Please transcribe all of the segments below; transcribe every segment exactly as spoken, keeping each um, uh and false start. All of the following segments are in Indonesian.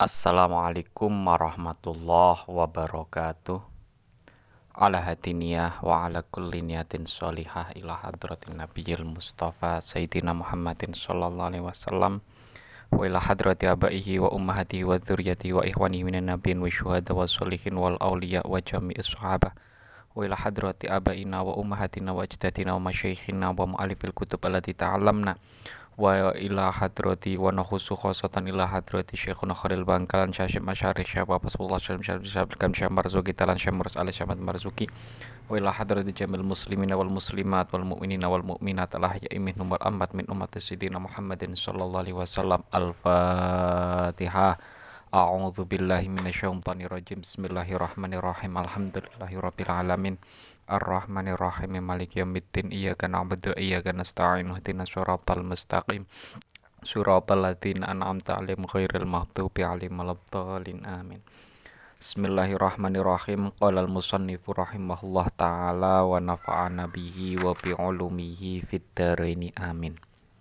Assalamualaikum warahmatullahi wabarakatuh. Ala hadiniyah wa ala kulli niyatin sholihah ila hadratin nabiyil mustafa sayyidina Muhammadin sallallahu alaihi wasallam wa ila hadrati abaihi wa ummahatihi wa dzurriyyatihi wa ikhwanihi minan nabiyyin wa syuhada wa sholihin wal awliya wa jami'is sahabah wa ila hadrati abaina wa ummahatina wa ajdadina wa masyayikhina wa mu'alifil kutub allati ta'allamna wa ila hadrati wa nakhusu khosatan ila hadrati syekhuna Khalil Bangkalan Syashim Masyarih Syabab Rasulullah Syabab Syabab Syabab Marzuki Talan Syamurus Ali Syabab Marzuki wa ila hadrati jamil muslimina wal muslimat wal mu'minina wal mu'minat Allah ya'imih numar ambat min umat Sayyidina Muhammadin sallallahu alaihi wasallam. Al-Fatihah. A'udzu billahi minasyaitonir rajim. Bismillahirrahmanirrahim. Alhamdulillahirabbil alamin. Ar-Rahmanir Rahim. Maliki yaumiddin. Iyyaka na'budu wa iyyaka nasta'in. Ihdinas shiratal mustaqim. Shiratal ladzina an'amta 'alaihim ghairil maghdubi 'alaihim waladdallin. Amin. Bismillahirrahmanirrahim. Qala al-musannifu rahimahullah ta'ala wa nafa'ana bihi wa bi 'ulumihi fid dharaini. Amin.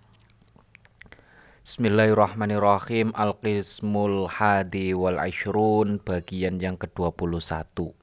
Bismillahirrahmanirrahim. Al-Qismul Hadi wal Ashrun, bagian yang kedua puluh satu.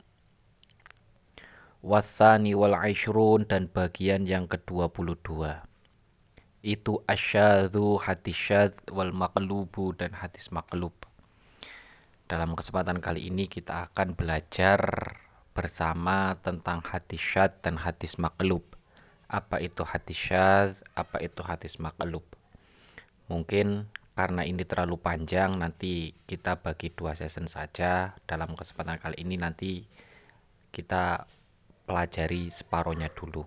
Wathani wal Ashrun, dan bagian yang kedua puluh dua. Itu asyadzu, hadis syadz, wal maqlubu, dan hadis maqlub. Dalam kesempatan kali ini kita akan belajar bersama tentang hadis syadz dan hadis maqlub. Apa itu hadis syadz, apa itu hadis maqlub? Mungkin karena ini terlalu panjang, nanti kita bagi dua session saja. Dalam kesempatan kali ini nanti kita pelajari separohnya dulu.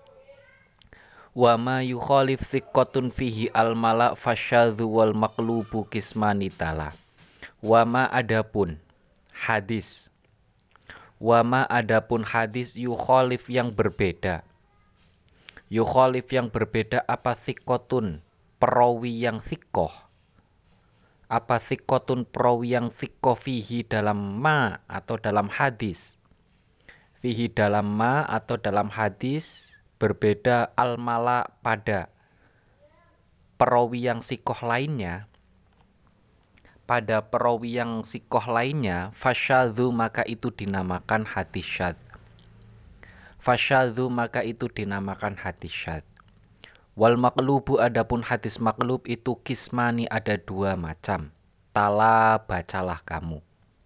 Wa ma yukhalif thiqatun fihi al-mala fasyadzu wal maqlubu kismani tala. Wa ma adapun hadis. Wa ma adapun hadis yukhalif yang berbeda. Yukhalif yang berbeda apa thiqatun? Perawi yang sikoh. Apa sikotun perawi yang sikoh fihi dalam ma atau dalam hadis. Fihi dalam ma atau dalam hadis berbeda al-mala pada perawi yang sikoh lainnya. Pada perawi yang sikoh lainnya, fasyadzu, maka itu dinamakan hadis syadz. Fasyadzu, maka itu dinamakan hadis syadz. Wal maqlubu, adapun hadis maqlub itu kismani, ada dua macam. Tala, bacalah kamu.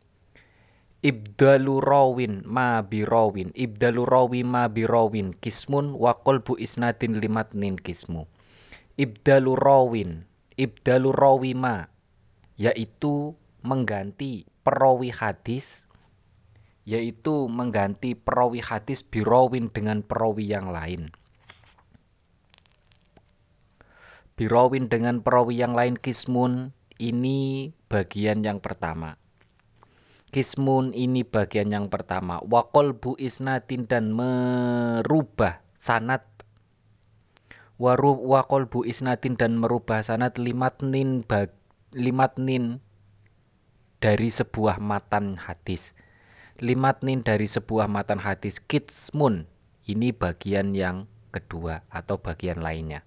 Ibdalu rawin ma birawin. Ibdalu rawi ma birawin kismun wa qalbu isnadin limatnin kismu. Ibdalu rawin. Ibdalu rawi ma, yaitu mengganti perawi hadis, yaitu mengganti perawi hadis birawin dengan perawi yang lain. Birawin dengan perawi yang lain kismun, ini bagian yang pertama. Kismun ini bagian yang pertama. Wa qalbu isnadin, dan merubah sanad. Wa wa qalbu isnadin, dan merubah sanad limatnin bag, limatnin dari sebuah matan hadis. Limatnin dari sebuah matan hadis. Kismun, ini bagian yang kedua atau bagian lainnya.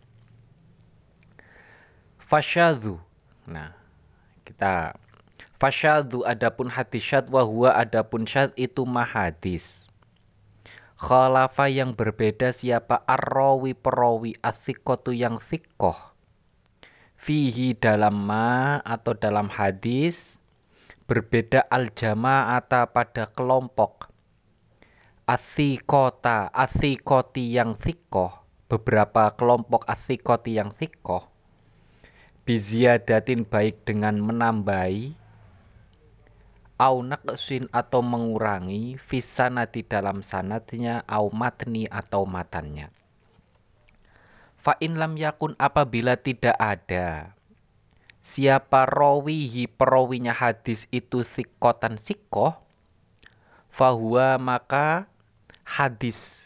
Fasyadzu. Nah, kita fasyadzu, adapun hadis syadz, wa huwa, adapun syadz itu mahadis. Khalafa, yang berbeda siapa, arrawi perawi, as-siqatu yang siqoh. Fihi dalam ma atau dalam hadis berbeda al-jama'ata pada kelompok. As-siqota, as-siqoti yang siqoh, beberapa kelompok as-siqoti yang siqoh. Biziyadatin, baik dengan menambahi, au naqsin atau mengurangi, fisanati dalam sanadnya, au matni atau matannya. Fa in lam yakun, apabila tidak ada siapa rawihi perawinya hadis itu sikotan sikoh, fahuwa, maka hadis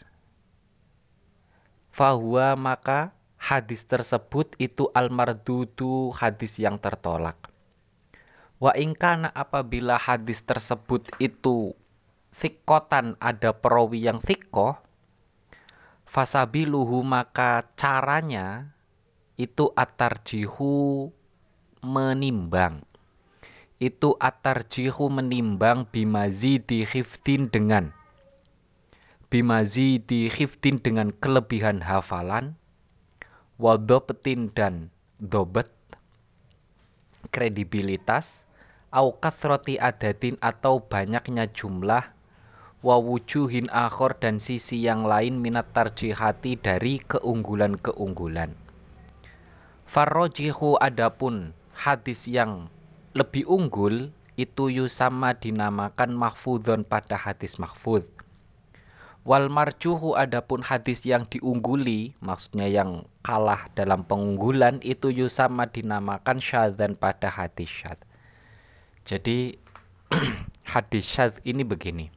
fahuwa maka hadis tersebut itu al-mardudu, hadis yang tertolak. Wa ingkana, apabila hadis tersebut itu sikotan, ada perawi yang sikoh, fasabiluhu, maka caranya itu atarjihu, menimbang. itu at-tarjihu menimbang bimazidi khiftin dengan bimazidi khiftin dengan kelebihan hafalan, wadobtin dan dobet, kredibilitas, au kathroti adatin atau banyaknya jumlah, wa wujuhin akhor dan sisi yang lain minat tarjihati dari keunggulan-keunggulan. Farrojihu adapun hadis yang lebih unggul itu yusama dinamakan mahfudhon pada hadis mahfudh. Wal marjuhu adapun hadis yang diungguli, maksudnya yang kalah dalam pengunggulan, itu yusama dinamakan syadzan pada hadis syadz. Jadi hadis syadz ini begini.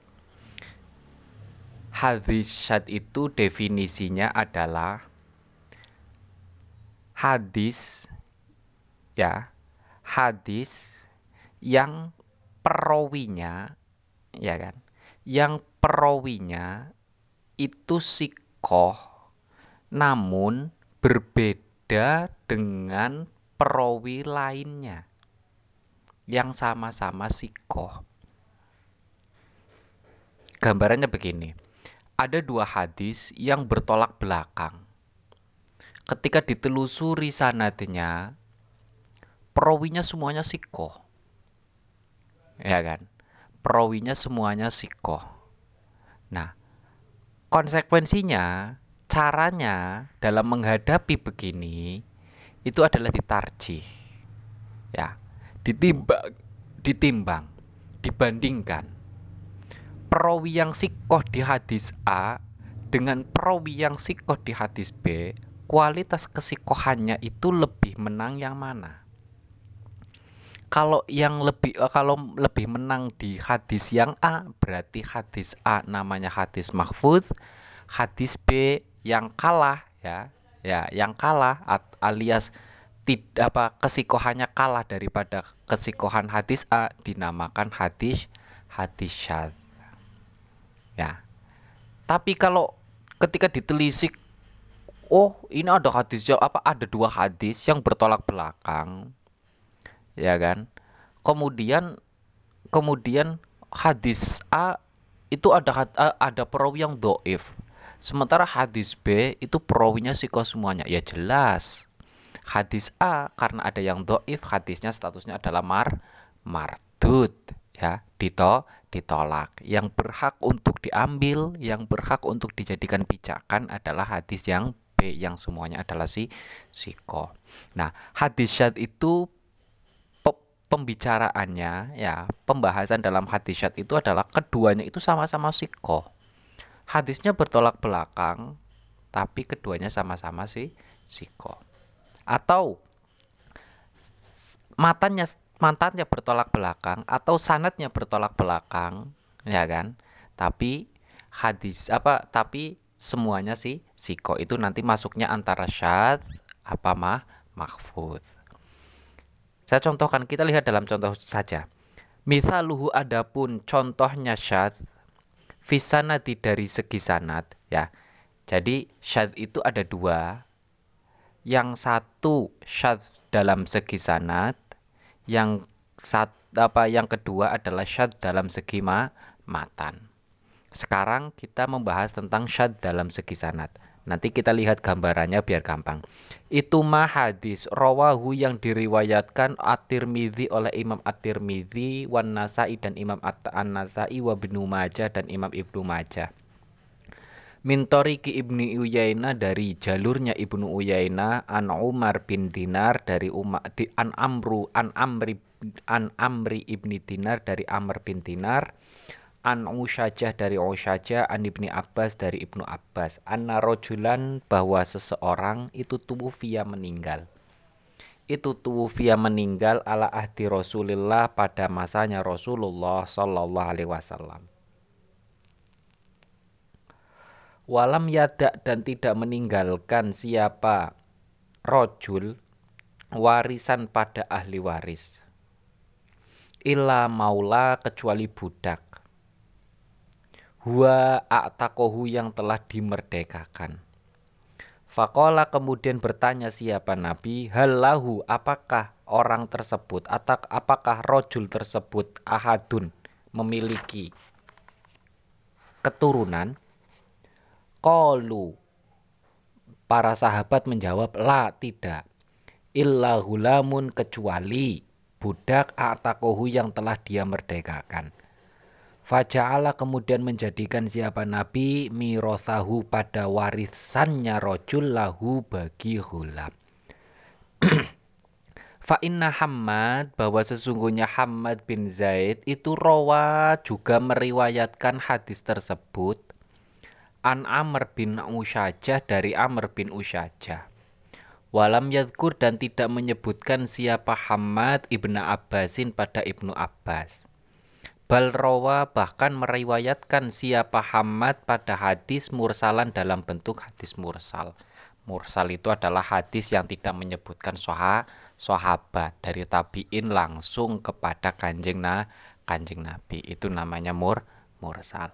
Hadis syadz itu definisinya adalah hadis ya, hadis yang perawinya ya kan, yang perawinya itu sikoh namun berbeda dengan perawi lainnya yang sama-sama sikoh. Gambarannya begini, ada dua hadis yang bertolak belakang. Ketika ditelusuri sanadnya, perawinya semuanya sikoh, ya kan? Perawinya semuanya sikoh. Nah, konsekuensinya, caranya dalam menghadapi begini itu adalah ditarjih, ya, ditimbang, ditimbang, dibandingkan perawi yang sikoh di hadis A dengan perawi yang sikoh di hadis B, kualitas kesikohannya itu lebih menang yang mana? Kalau yang lebih kalau lebih menang di hadis yang A, berarti hadis A namanya hadis mahfudz, hadis B yang kalah ya, ya yang kalah alias tidak apa kesikohannya kalah daripada kesikohan hadis A dinamakan hadis hadis syadz. Ya. Tapi kalau ketika ditelisik, oh ini ada hadis apa ada dua hadis yang bertolak belakang. Ya kan, kemudian kemudian hadis A itu ada ada perawi yang dhaif, sementara hadis B itu perawinya sikoh semuanya. Ya jelas hadis A karena ada yang dhaif, hadisnya statusnya adalah mar mardud ya, dito ditolak. Yang berhak untuk diambil, yang berhak untuk dijadikan pijakan adalah hadis yang B yang semuanya adalah si sikoh. Nah, hadis syadz itu pembicaraannya ya, pembahasan dalam hadis syadz itu adalah keduanya itu sama-sama sikoh. Hadisnya bertolak belakang tapi keduanya sama-sama si sikoh. Atau matanya mantannya bertolak belakang atau sanadnya bertolak belakang ya kan. Tapi hadis apa tapi semuanya si sikoh, itu nanti masuknya antara syadz apa mah mahfudz. Saya contohkan, kita lihat dalam contoh saja. Misaluhu adapun contohnya syadz fisanati dari segi sanad ya. Jadi syadz itu ada dua. Yang satu syadz dalam segi sanad, yang sat, apa yang kedua adalah syadz dalam segi ma, matan. Sekarang kita membahas tentang syadz dalam segi sanad. Nanti kita lihat gambarannya biar gampang. Itu mah hadis rawahu yang diriwayatkan At-Tirmidzi oleh Imam At-Tirmidzi, wan Nasa'i dan Imam An-Nasa'i, wa Ibnu Majah dan Imam Ibnu Majah. Min tariqi Ibnu Uyainah dari jalurnya Ibnu Uyainah, an Umar bin Dinar dari Umar di an Amru an Amri an Amri ibni Dinar dari Amr bin Dinar, an Usyajah dari Usyajah, an Ibni Abbas dari Ibnu Abbas, anna rojulan bahwa seseorang itu tuwufiya meninggal. Itu tuwufiya meninggal ala ahdi Rasulillah pada masanya Rasulullah sallallahu alaihi wasallam. Walam yadak dan tidak meninggalkan siapa rojul warisan pada ahli waris. Illa maula kecuali budak. Huwa a'taqohu yang telah dimerdekakan. Faqala kemudian bertanya siapa Nabi, hal lahu apakah orang tersebut atau apakah rojul tersebut ahadun memiliki keturunan? Qalu, para sahabat menjawab, la, tidak. Illa hulamun, kecuali budak atakohu yang telah dia merdekakan. Faja'ala, kemudian menjadikan siapa Nabi mirosahu pada warisannya rojul lahu bagi hulam. Fa inna Hammad, bahwa sesungguhnya Hammad bin Zaid itu rawa juga meriwayatkan hadis tersebut an Amr bin Usyajah, dari Amr bin Usyajah. Walam yadkur, dan tidak menyebutkan siapa Hammad ibnu Abbasin pada Ibnu Abbas. Bal rawa, bahkan meriwayatkan siapa Hammad pada hadis mursalan dalam bentuk hadis mursal. Mursal itu adalah hadis yang tidak menyebutkan soha, sahabat dari tabiin langsung kepada kanjeng na kanjeng Nabi. Itu namanya mur mursal.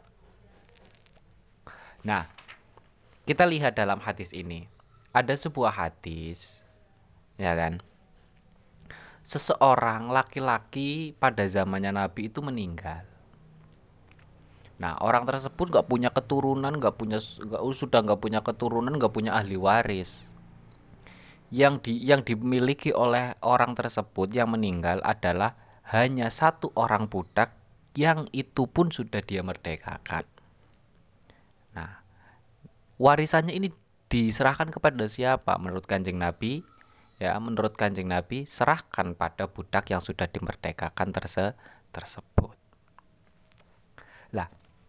Nah, kita lihat dalam hadis ini ada sebuah hadis, ya kan? Seseorang laki-laki pada zamannya Nabi itu meninggal. Nah, orang tersebut nggak punya keturunan, nggak punya, nggak sudah nggak punya keturunan, nggak punya ahli waris. Yang di, yang dimiliki oleh orang tersebut yang meninggal adalah hanya satu orang budak, yang itu pun sudah dia merdekakan. Nah, warisannya ini diserahkan kepada siapa? Menurut kanjeng Nabi, ya, menurut kanjeng Nabi, serahkan pada budak yang sudah dimerdekakan terse tersebut. Lah,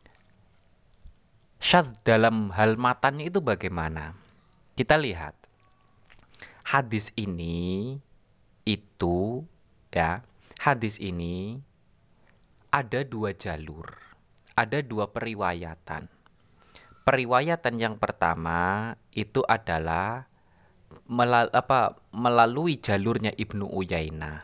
syadz dalam hal matannya itu bagaimana? Kita lihat hadis ini itu, ya, hadis ini ada dua jalur, ada dua periwayatan. Periwayatan yang pertama itu adalah melal, apa, melalui jalurnya Ibnu Uyainah.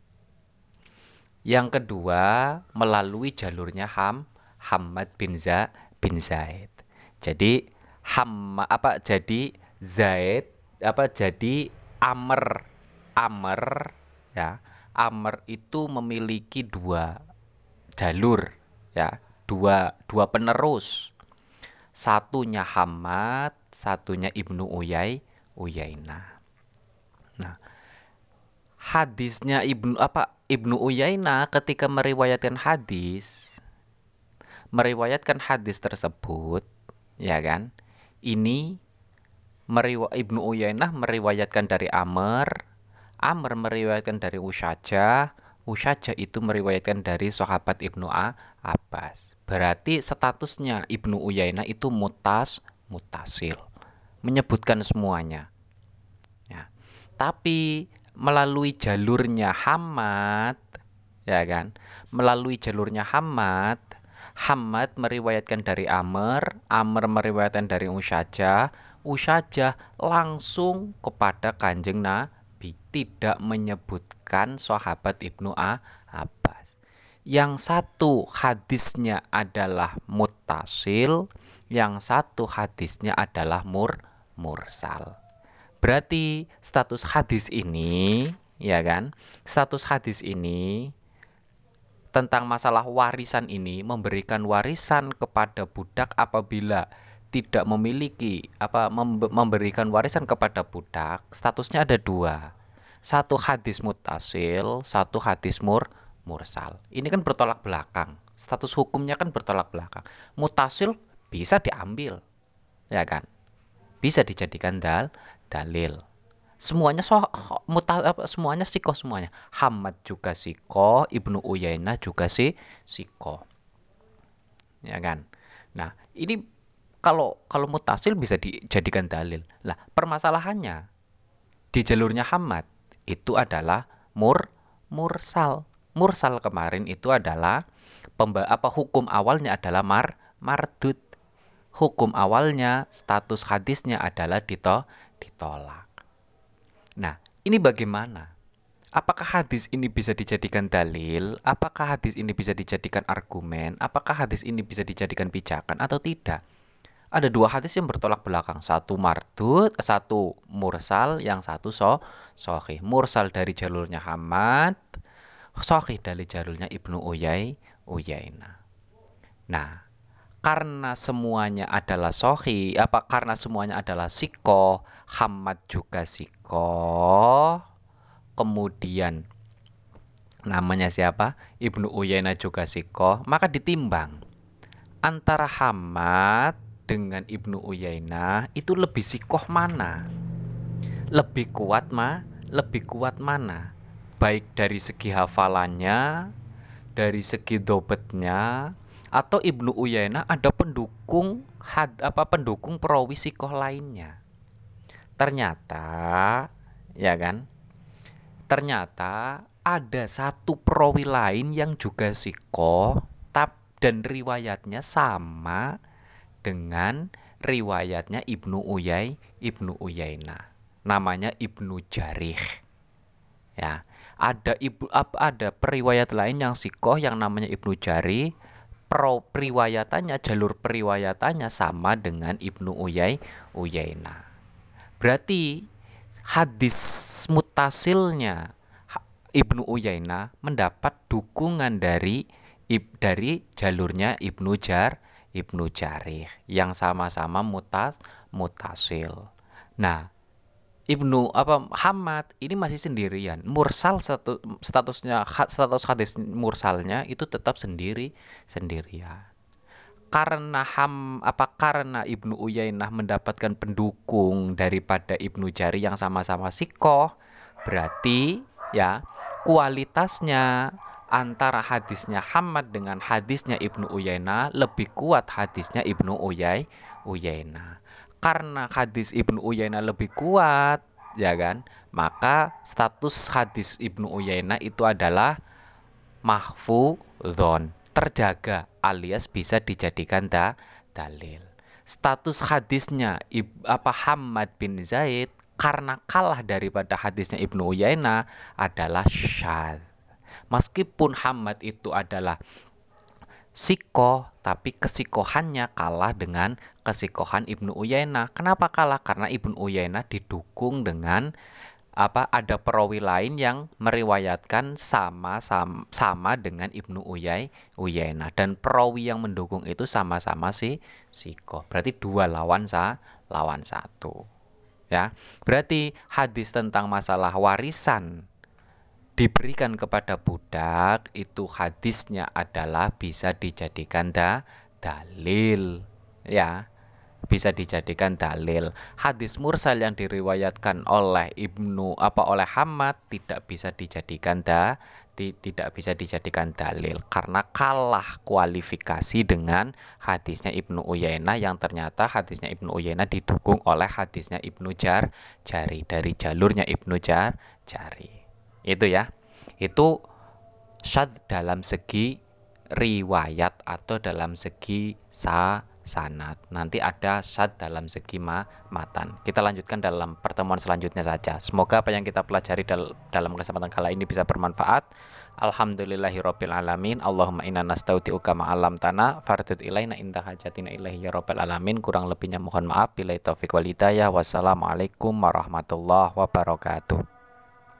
Yang kedua melalui jalurnya Ham, Hammad bin Za, bin Zaid. Jadi Ham, apa jadi Zaid apa jadi Amr Amr ya Amr itu memiliki dua jalur, ya, dua dua penerus. Satunya Hammad, satunya Ibnu Uyai Uyainah. Nah, hadisnya Ibnu apa Ibnu Uyainah ketika meriwayatkan hadis, meriwayatkan hadis tersebut, ya kan? Ini meriwa, Ibnu Uyainah meriwayatkan dari Amr, Amr meriwayatkan dari Usyajah, Usyajah itu meriwayatkan dari sahabat Ibnu Abbas. Berarti statusnya Ibnu Uyainah itu mutas mutasil, menyebutkan semuanya. Ya. Tapi melalui jalurnya Hammad, ya kan? Melalui jalurnya Hammad, Hammad meriwayatkan dari Amr, Amr meriwayatkan dari Usyajah, Usyajah langsung kepada kanjeng Nabi, tidak menyebutkan sahabat Ibnu Abbas. Yang satu hadisnya adalah muttasil, yang satu hadisnya adalah mur mursal. Berarti status hadis ini, ya kan? Status hadis ini tentang masalah warisan ini, memberikan warisan kepada budak apabila tidak memiliki apa memberikan warisan kepada budak, statusnya ada dua. Satu hadis muttasil, satu hadis mur mursal. Ini kan bertolak belakang. Status hukumnya kan bertolak belakang. Muttasil bisa diambil, ya kan? Bisa dijadikan dal dalil. Semuanya so, muta, apa, semuanya sikoh semuanya. Hammad juga sikoh, Ibnu Uyainah juga si sikoh. Ya kan? Nah, ini kalau kalau muttasil bisa dijadikan dalil. Lah, permasalahannya di jalurnya Hammad itu adalah mur mursal. Mursal kemarin itu adalah pemba, apa hukum awalnya adalah mar mardud. Hukum awalnya, status hadisnya adalah dito, ditolak. Nah, ini bagaimana? Apakah hadis ini bisa dijadikan dalil? Apakah hadis ini bisa dijadikan argumen? Apakah hadis ini bisa dijadikan pijakan atau tidak? ada dua hadis yang bertolak belakang, satu mardud, satu mursal, yang satu so sahih. Mursal dari jalurnya Hammad, sahih dari jalurnya Ibnu Uyay Uyainah. Nah, karena semuanya adalah sahih, apa karena semuanya adalah sikoh, Hammad juga sikoh, kemudian namanya siapa? Ibnu Uyainah juga sikoh, maka ditimbang antara Hammad dengan Ibnu Uyainah itu lebih sikoh mana? Lebih kuat mah? Lebih kuat mana? Baik dari segi hafalannya, dari segi dobetnya, atau Ibnu Uyainah ada pendukung had, apa pendukung perawi sikoh lainnya. Ternyata, ya kan? Ternyata ada satu perawi lain yang juga sikoh, tap dan riwayatnya sama dengan riwayatnya Ibnu Uyay Ibnu Uyainah, namanya Ibnu Jarih. Ya, ada ibu ada periwayat lain yang sikoh yang namanya Ibnu Jarih, pro periwayatannya jalur periwayatannya sama dengan Ibnu Uyay Uyainah. Berarti hadis mutasilnya Ibnu Uyainah mendapat dukungan dari dari jalurnya Ibnu Jar Ibnu Jarih yang sama-sama mutas mutasil. Nah, Ibnu apa Hammad ini masih sendirian. Mursal satu, statusnya status hadis mursalnya itu tetap sendiri sendirian. Karena ham apa karena Ibnu Uyainah mendapatkan pendukung daripada Ibnu Jarih yang sama-sama sikoh, berarti ya kualitasnya antara hadisnya Hammad dengan hadisnya Ibnu Uyainah lebih kuat hadisnya Ibnu Uyay Uyainah. Karena hadis Ibnu Uyainah lebih kuat, ya kan? Maka status hadis Ibnu Uyainah itu adalah mahfudhon, terjaga alias bisa dijadikan da, dalil. Status hadisnya ib, apa Hammad bin Zaid karena kalah daripada hadisnya Ibnu Uyainah adalah syadz. Meskipun Hammad itu adalah sikoh, tapi kesikohannya kalah dengan kesikohan Ibnu Uyainah. Kenapa kalah? Karena Ibnu Uyainah didukung dengan apa ada perawi lain yang meriwayatkan sama sama, sama dengan Ibnu Uyay Uyainah, dan perawi yang mendukung itu sama-sama si sikoh. Berarti dua lawan sa lawan satu. Ya. Berarti hadis tentang masalah warisan diberikan kepada budak itu hadisnya adalah bisa dijadikan da, dalil, ya, bisa dijadikan dalil. Hadis mursal yang diriwayatkan oleh Ibnu apa oleh Hammad tidak bisa dijadikan da, di, tidak bisa dijadikan dalil karena kalah kualifikasi dengan hadisnya Ibnu Uyainah yang ternyata hadisnya Ibnu Uyainah didukung oleh hadisnya Ibnu Jar Jari dari jalurnya Ibnu Jar Jari. Itu ya, itu syadz dalam segi riwayat atau dalam segi sa sanad. Nanti ada syadz dalam segi ma matan. Kita lanjutkan dalam pertemuan selanjutnya saja. Semoga apa yang kita pelajari dal dalam kesempatan kali ini bisa bermanfaat. Alhamdulillahirabbil alamin. Allahumma inna nastaudiuka ma 'allamtana fardud ilaina inda hajatina ilaihi ya rabbal alamin. Kurang lebihnya mohon maaf. Billahi taufik wal hidayah. Wassalamualaikum warahmatullahi wabarakatuh.